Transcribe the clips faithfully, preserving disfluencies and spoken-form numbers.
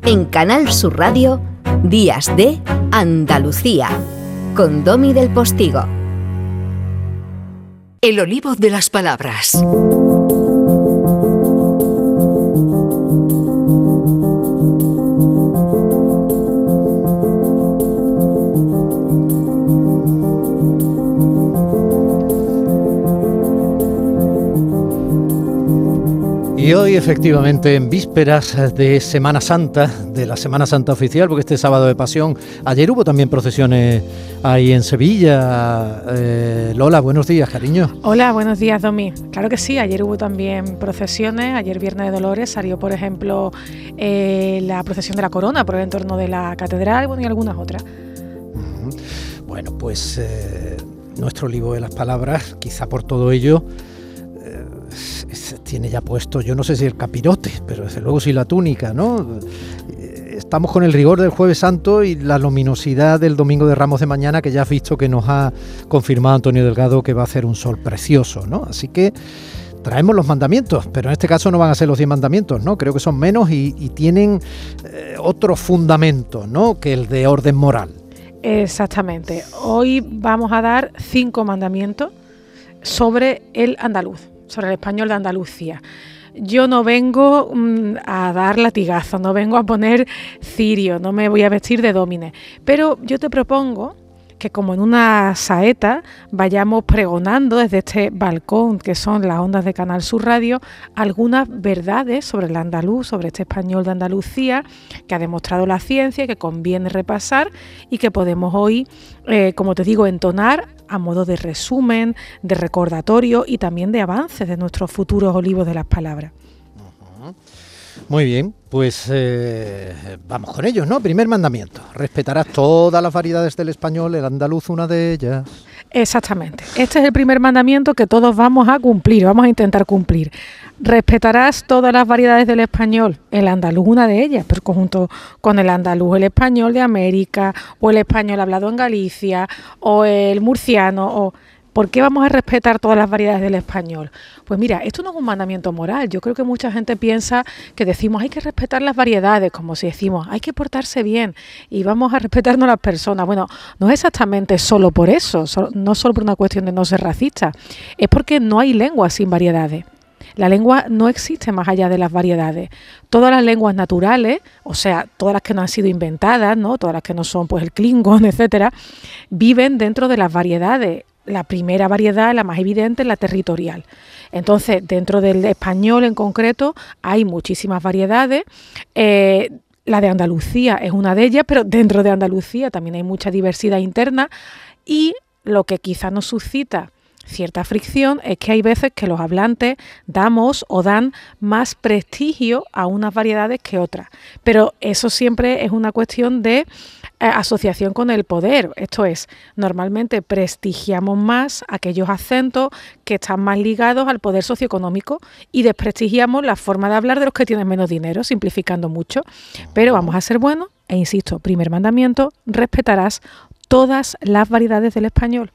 En Canal Sur Radio, Días de Andalucía, con Domi del Postigo. El olivo de las palabras. Y hoy, efectivamente, en vísperas de Semana Santa, de la Semana Santa oficial, porque este sábado de Pasión, ayer hubo también procesiones ahí en Sevilla. Eh, Lola, buenos días, cariño. Hola, buenos días, Domi. Claro que sí, ayer hubo también procesiones. Ayer, Viernes de Dolores, salió, por ejemplo, eh, la procesión de la Corona por el entorno de la Catedral, bueno, y algunas otras. Uh-huh. Bueno, pues eh, nuestro libro de las palabras, quizá por todo ello, tiene ya puesto, yo no sé si el capirote, pero desde luego sí la túnica, ¿no? Estamos con el rigor del Jueves Santo y la luminosidad del Domingo de Ramos de mañana, que ya has visto que nos ha confirmado Antonio Delgado que va a hacer un sol precioso, ¿no? Así que traemos los mandamientos, pero en este caso no van a ser los diez mandamientos, ¿no? Creo que son menos y, y tienen eh, otro fundamento, ¿no?, que el de orden moral. Exactamente. Hoy vamos a dar cinco mandamientos sobre el andaluz, sobre el español de Andalucía. Yo no vengo mmm, a dar latigazos, no vengo a poner cirio, no me voy a vestir de dómine, pero yo te propongo que, como en una saeta, vayamos pregonando desde este balcón, que son las ondas de Canal Sur Radio, algunas verdades sobre el andaluz, sobre este español de Andalucía, que ha demostrado la ciencia, que conviene repasar y que podemos hoy, eh, como te digo, entonar a modo de resumen, de recordatorio y también de avances de nuestros futuros olivos de las palabras. Uh-huh. Muy bien, pues eh, vamos con ellos, ¿no? Primer mandamiento: respetarás todas las variedades del español, el andaluz una de ellas. Exactamente, este es el primer mandamiento que todos vamos a cumplir, vamos a intentar cumplir. Respetarás todas las variedades del español, el andaluz una de ellas, pero junto con el andaluz, el español de América, o el español hablado en Galicia, o el murciano, o... ¿Por qué vamos a respetar todas las variedades del español? Pues mira, esto no es un mandamiento moral. Yo creo que mucha gente piensa que decimos hay que respetar las variedades, como si decimos hay que portarse bien y vamos a respetarnos las personas. Bueno, no es exactamente solo por eso, no solo por una cuestión de no ser racista, es porque no hay lengua sin variedades. La lengua no existe más allá de las variedades. Todas las lenguas naturales, o sea, todas las que no han sido inventadas, ¿no?, todas las que no son pues el klingon, etcétera, viven dentro de las variedades. La primera variedad, la más evidente, es la territorial. Entonces, dentro del español en concreto hay muchísimas variedades. Eh, la de Andalucía es una de ellas, pero dentro de Andalucía también hay mucha diversidad interna, y lo que quizás nos suscita cierta fricción es que hay veces que los hablantes damos o dan más prestigio a unas variedades que otras, pero eso siempre es una cuestión de eh, asociación con el poder. Esto es, normalmente prestigiamos más aquellos acentos que están más ligados al poder socioeconómico y desprestigiamos la forma de hablar de los que tienen menos dinero, simplificando mucho. Pero vamos a ser buenos e insisto, primer mandamiento: respetarás todas las variedades del español.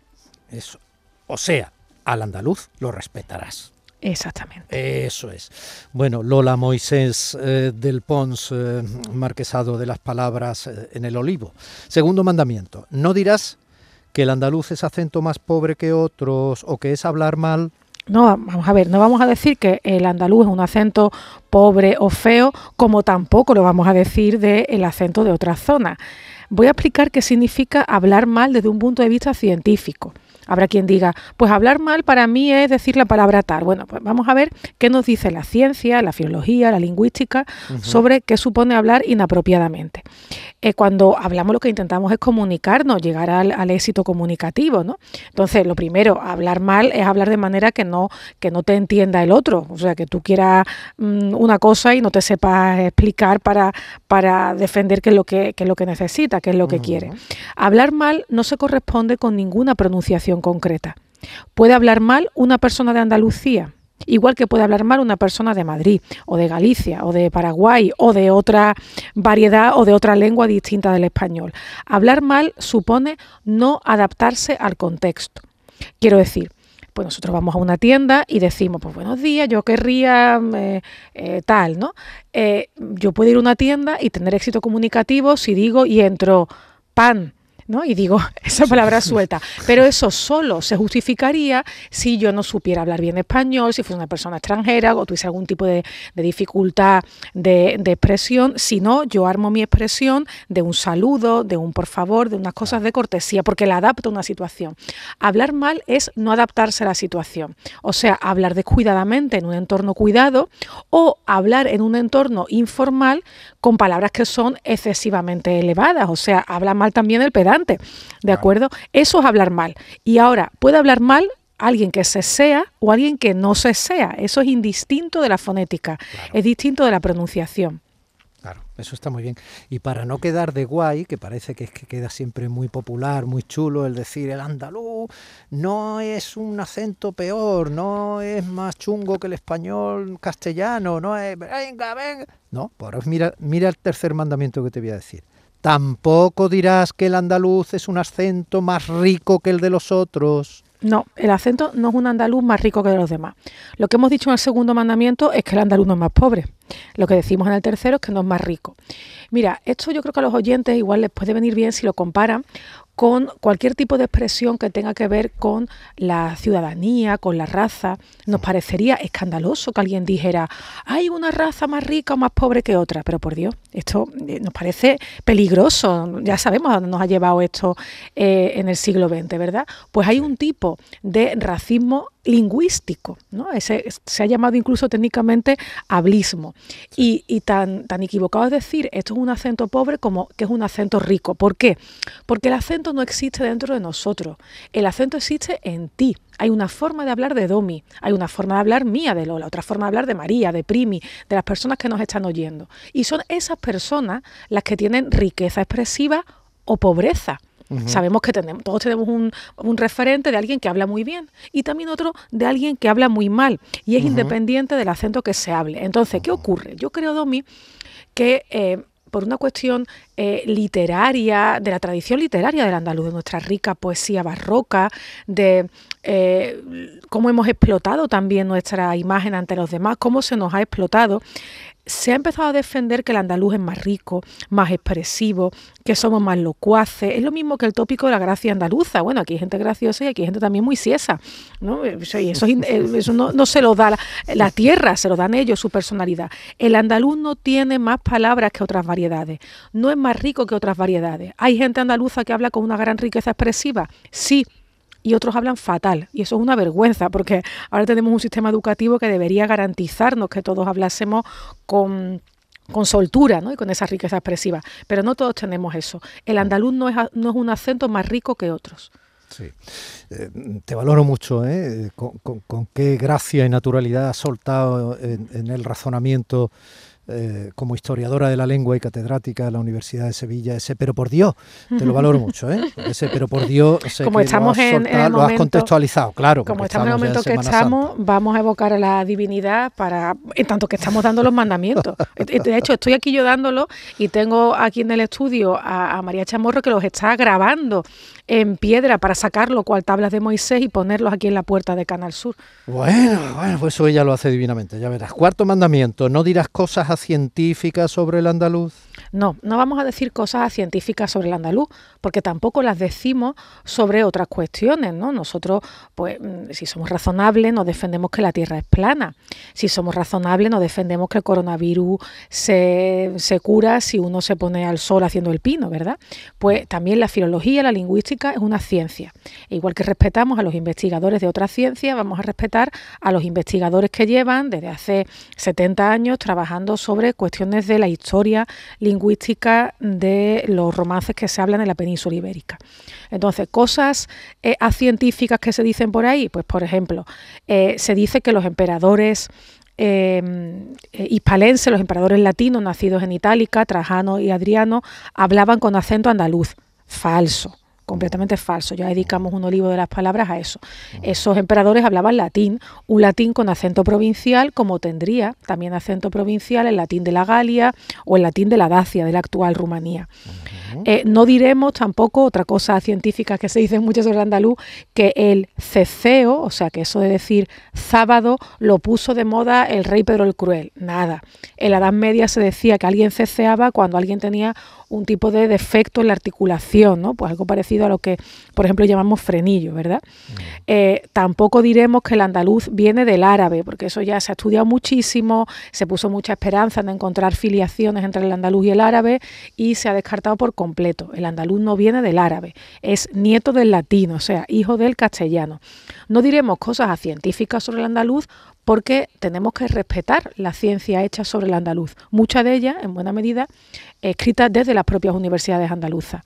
Eso. O sea, al andaluz lo respetarás. Exactamente. Eso es. Bueno, Lola Moisés eh, del Pons, eh, marquesado de las palabras eh, en el olivo. Segundo mandamiento: no dirás que el andaluz es acento más pobre que otros o que es hablar mal. No, vamos a ver, no vamos a decir que el andaluz es un acento pobre o feo, como tampoco lo vamos a decir del acento de otras zonas. Voy a explicar qué significa hablar mal desde un punto de vista científico. Habrá quien diga, pues hablar mal para mí es decir la palabra tal. Bueno, pues vamos a ver qué nos dice la ciencia, la filología, la lingüística, uh-huh, sobre qué supone hablar inapropiadamente. Eh, cuando hablamos, lo que intentamos es comunicarnos, llegar al, al éxito comunicativo, ¿no? Entonces, lo primero, hablar mal es hablar de manera que no, que no te entienda el otro. O sea, que tú quieras mmm, una cosa y no te sepas explicar para, para defender qué es lo que, qué es lo que necesita, qué es lo que uh-huh. quiere. Hablar mal no se corresponde con ninguna pronunciación concreta. Puede hablar mal una persona de Andalucía, igual que puede hablar mal una persona de Madrid, o de Galicia, o de Paraguay, o de otra variedad o de otra lengua distinta del español. Hablar mal supone no adaptarse al contexto. Quiero decir, pues nosotros vamos a una tienda y decimos, pues buenos días, yo querría eh, eh, tal, ¿no? Eh, yo puedo ir a una tienda y tener éxito comunicativo si digo y entro pan, ¿no? Y digo esa palabra suelta, pero eso solo se justificaría si yo no supiera hablar bien español, si fuera una persona extranjera o tuviese algún tipo de, de dificultad de, de expresión. Si no, yo armo mi expresión de un saludo, de un por favor, de unas cosas de cortesía, porque la adapto a una situación. Hablar mal es no adaptarse a la situación, o sea, hablar descuidadamente en un entorno cuidado o hablar en un entorno informal con palabras que son excesivamente elevadas, o sea, habla mal también el pedante. ¿De acuerdo? Eso es hablar mal. Y ahora, puede hablar mal alguien que se sea o alguien que no se sea. Eso es indistinto de la fonética, claro. Es distinto de la pronunciación. Claro, eso está muy bien. Y para no quedar de guay, que parece que es que queda siempre muy popular, muy chulo el decir el andaluz, no es un acento peor, no es más chungo que el español castellano, no es... Venga, venga. No, pues mira, mira el tercer mandamiento que te voy a decir. Tampoco dirás que el andaluz es un acento más rico que el de los otros. No, el acento no es un andaluz más rico que de los demás. Lo que hemos dicho en el segundo mandamiento es que el andaluz no es más pobre. Lo que decimos en el tercero es que no es más rico. Mira, esto yo creo que a los oyentes igual les puede venir bien si lo comparan con cualquier tipo de expresión que tenga que ver con la ciudadanía, con la raza. Nos parecería escandaloso que alguien dijera, hay una raza más rica o más pobre que otra, pero por Dios, esto nos parece peligroso. Ya sabemos a dónde nos ha llevado esto eh, en el siglo veinte, ¿verdad? Pues hay un tipo de racismo lingüístico, ¿no? Ese, se ha llamado incluso técnicamente hablismo. Y, y tan, tan equivocado es decir, esto es un acento pobre como que es un acento rico. ¿Por qué? Porque el acento no existe dentro de nosotros. El acento existe en ti. Hay una forma de hablar de Domi, hay una forma de hablar mía, de Lola, otra forma de hablar de María, de Primi, de las personas que nos están oyendo. Y son esas personas las que tienen riqueza expresiva o pobreza. Uh-huh. Sabemos que tenemos, todos tenemos un, un referente de alguien que habla muy bien y también otro de alguien que habla muy mal y es uh-huh. independiente del acento que se hable. Entonces, ¿qué ocurre? Yo creo, Domi, que eh, por una cuestión eh, literaria, de la tradición literaria del andaluz, de nuestra rica poesía barroca, de eh, cómo hemos explotado también nuestra imagen ante los demás, cómo se nos ha explotado, se ha empezado a defender que el andaluz es más rico, más expresivo, que somos más locuaces. Es lo mismo que el tópico de la gracia andaluza. Bueno, aquí hay gente graciosa y aquí hay gente también muy siesa, ¿no? Eso, y eso, eso no, no se lo da la, la tierra, se lo dan ellos, su personalidad. El andaluz no tiene más palabras que otras variedades. No es más rico que otras variedades. ¿Hay gente andaluza que habla con una gran riqueza expresiva? Sí. Y otros hablan fatal, y eso es una vergüenza, porque ahora tenemos un sistema educativo que debería garantizarnos que todos hablásemos con, con soltura, ¿no? Y con esa riqueza expresiva, pero no todos tenemos eso. El andaluz no es, no es un acento más rico que otros. Sí, eh, te valoro mucho, ¿eh? Con, con, con qué gracia y naturalidad has soltado en, en el razonamiento Eh, como historiadora de la lengua y catedrática de la Universidad de Sevilla, ese pero por Dios, te lo valoro mucho, ¿eh? Ese pero por Dios, sé como que estamos lo has, soltado, en, en el lo momento, has contextualizado, claro. Como estamos en el momento que estamos, Santa. Vamos a evocar a la divinidad para, en tanto que estamos dando los mandamientos. De hecho, estoy aquí yo dándolo y tengo aquí en el estudio a, a María Chamorro que los está grabando en piedra para sacarlo cual tablas de Moisés y ponerlos aquí en la puerta de Canal Sur. Bueno, bueno, pues eso ella lo hace divinamente, ya verás. Cuarto mandamiento, no dirás cosas a científicas sobre el andaluz. No, no vamos a decir cosas científicas sobre el andaluz, porque tampoco las decimos sobre otras cuestiones, ¿no? Nosotros, pues, si somos razonables, nos defendemos que la Tierra es plana. Si somos razonables, nos defendemos que el coronavirus se, se cura si uno se pone al sol haciendo el pino, ¿verdad? Pues también la filología, la lingüística es una ciencia. E igual que respetamos a los investigadores de otras ciencias, vamos a respetar a los investigadores que llevan desde hace setenta años trabajando sobre cuestiones de la historia lingüística de los romances que se hablan en la península ibérica. Entonces, cosas eh, científicas que se dicen por ahí, pues por ejemplo, eh, se dice que los emperadores eh, eh, hispalenses, los emperadores latinos nacidos en Itálica, Trajano y Adriano, hablaban con acento andaluz. Falso. Completamente falso. Ya dedicamos un olivo de las palabras a eso. Esos emperadores hablaban latín, un latín con acento provincial, como tendría también acento provincial el latín de la Galia o el latín de la Dacia, de la actual Rumanía. Uh-huh. Eh, no diremos tampoco, otra cosa científica que se dice mucho sobre el andaluz, que el ceceo, o sea, que eso de decir sábado lo puso de moda el rey Pedro el Cruel. Nada. En la Edad Media se decía que alguien ceceaba cuando alguien tenía un tipo de defecto en la articulación, ¿no? Pues algo parecido a lo que, por ejemplo, llamamos frenillo, ¿verdad? Uh-huh. Eh, tampoco diremos que el andaluz viene del árabe, porque eso ya se ha estudiado muchísimo, se puso mucha esperanza en encontrar filiaciones entre el andaluz y el árabe y se ha descartado por completo. El andaluz no viene del árabe, es nieto del latino, o sea, hijo del castellano. No diremos cosas científicas sobre el andaluz porque tenemos que respetar la ciencia hecha sobre el andaluz, muchas de ellas, en buena medida, escritas desde las propias universidades andaluzas.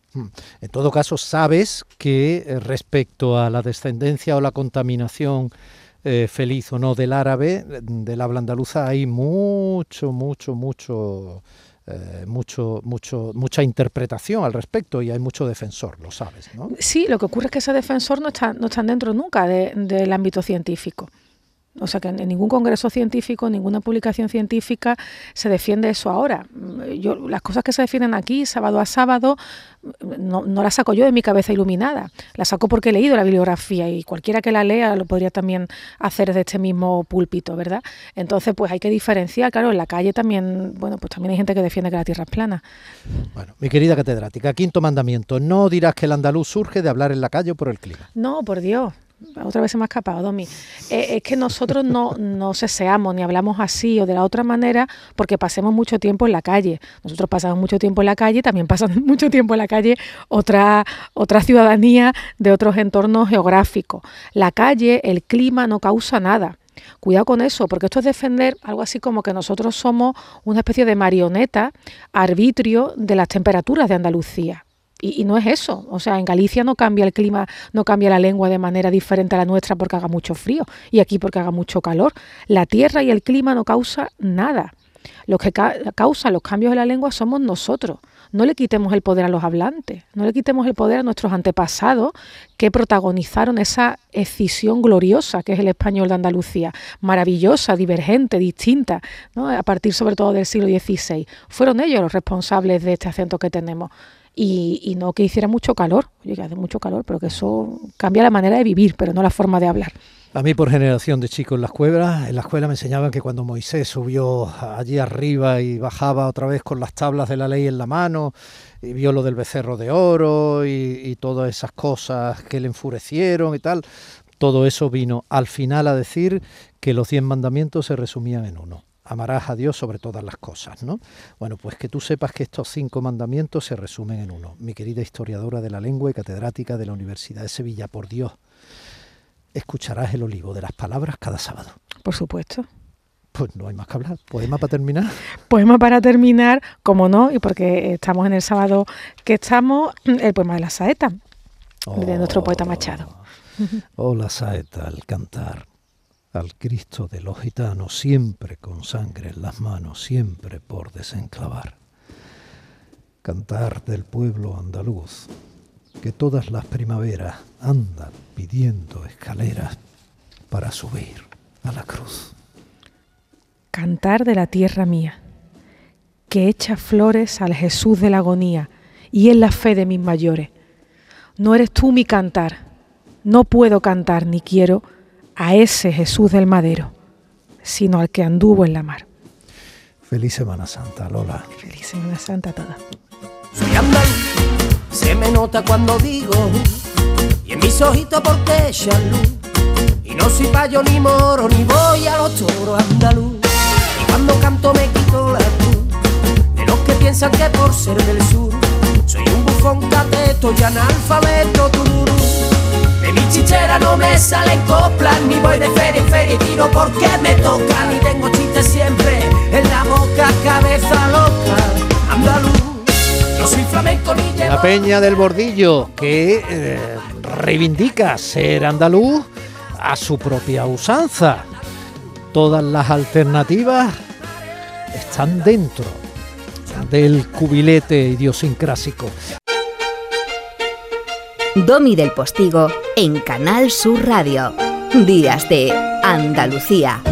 En todo caso, sabes que eh, respecto a la descendencia o la contaminación eh, feliz o no del árabe, del habla andaluza, hay mucho, mucho, mucho, eh, mucho, mucho, mucha interpretación al respecto y hay mucho defensor, lo sabes, ¿no? Sí, lo que ocurre es que ese defensor no está, no está dentro nunca de, del ámbito científico. O sea que en ningún congreso científico, en ninguna publicación científica se defiende eso ahora. Yo, las cosas que se defienden aquí, sábado a sábado, no, no las saco yo de mi cabeza iluminada. Las saco porque he leído la bibliografía y cualquiera que la lea lo podría también hacer desde este mismo púlpito, ¿verdad? Entonces, pues hay que diferenciar. Claro, en la calle también, bueno, pues también hay gente que defiende que la tierra es plana. Bueno, mi querida catedrática, quinto mandamiento. No dirás que el andaluz surge de hablar en la calle o por el clima. No, por Dios. Otra vez se me ha escapado, Domi. Eh, es que nosotros no, no ceseamos ni hablamos así o de la otra manera porque pasemos mucho tiempo en la calle. Nosotros pasamos mucho tiempo en la calle, también pasan mucho tiempo en la calle otra, otra ciudadanía de otros entornos geográficos. La calle, el clima no causa nada. Cuidado con eso, porque esto es defender algo así como que nosotros somos una especie de marioneta, arbitrio de las temperaturas de Andalucía. Y, y no es eso, o sea, en Galicia no cambia el clima, no cambia la lengua de manera diferente a la nuestra porque haga mucho frío y aquí porque haga mucho calor. La tierra y el clima no causa nada. Los que ca- causan los cambios de la lengua somos nosotros. No le quitemos el poder a los hablantes, no le quitemos el poder a nuestros antepasados que protagonizaron esa escisión gloriosa que es el español de Andalucía, maravillosa, divergente, distinta, ¿no? A partir sobre todo del siglo dieciséis. Fueron ellos los responsables de este acento que tenemos. Y, y no que hiciera mucho calor, oye, que hace mucho calor, pero que eso cambia la manera de vivir, pero no la forma de hablar. A mí por generación de chicos en la escuela, en la escuela me enseñaban que cuando Moisés subió allí arriba y bajaba otra vez con las tablas de la ley en la mano y vio lo del becerro de oro y, y todas esas cosas que le enfurecieron y tal, todo eso vino al final a decir que los diez mandamientos se resumían en uno. Amarás a Dios sobre todas las cosas, ¿no? Bueno, pues que tú sepas que estos cinco mandamientos se resumen en uno. Mi querida historiadora de la lengua y catedrática de la Universidad de Sevilla, por Dios, escucharás el olivo de las palabras cada sábado. Por supuesto. Pues no hay más que hablar. ¿Poema para terminar? Poema para terminar, como no, y porque estamos en el sábado que estamos, el poema de la saeta, oh, de nuestro poeta Machado. Oh, la saeta al cantar. Al Cristo de los gitanos, siempre con sangre en las manos, siempre por desenclavar. Cantar del pueblo andaluz, que todas las primaveras anda pidiendo escaleras para subir a la cruz. Cantar de la tierra mía, que echa flores al Jesús de la agonía, y es la fe de mis mayores. No eres tú mi cantar, no puedo cantar ni quiero a ese Jesús del madero, sino al que anduvo en la mar. Feliz Semana Santa, Lola. Feliz Semana Santa a todas. Soy andaluz, se me nota cuando digo, y en mis ojitos porque echan luz, y no soy payo ni moro, ni voy a los toros andaluz, y cuando canto me quito la cruz, de los que piensan que por ser del sur, soy un bufón cateto y analfabeto tururú. De mi chichera no me salen coplas, ni voy de feria en feria y tiro porque me toca, ni tengo chistes siempre en la boca, cabeza loca, andaluz, no soy flamenco ni llevo... La Peña del Bordillo, que eh, reivindica ser andaluz a su propia usanza. Todas las alternativas están dentro del cubilete idiosincrásico. Domi del Postigo en Canal Sur Radio. Días de Andalucía.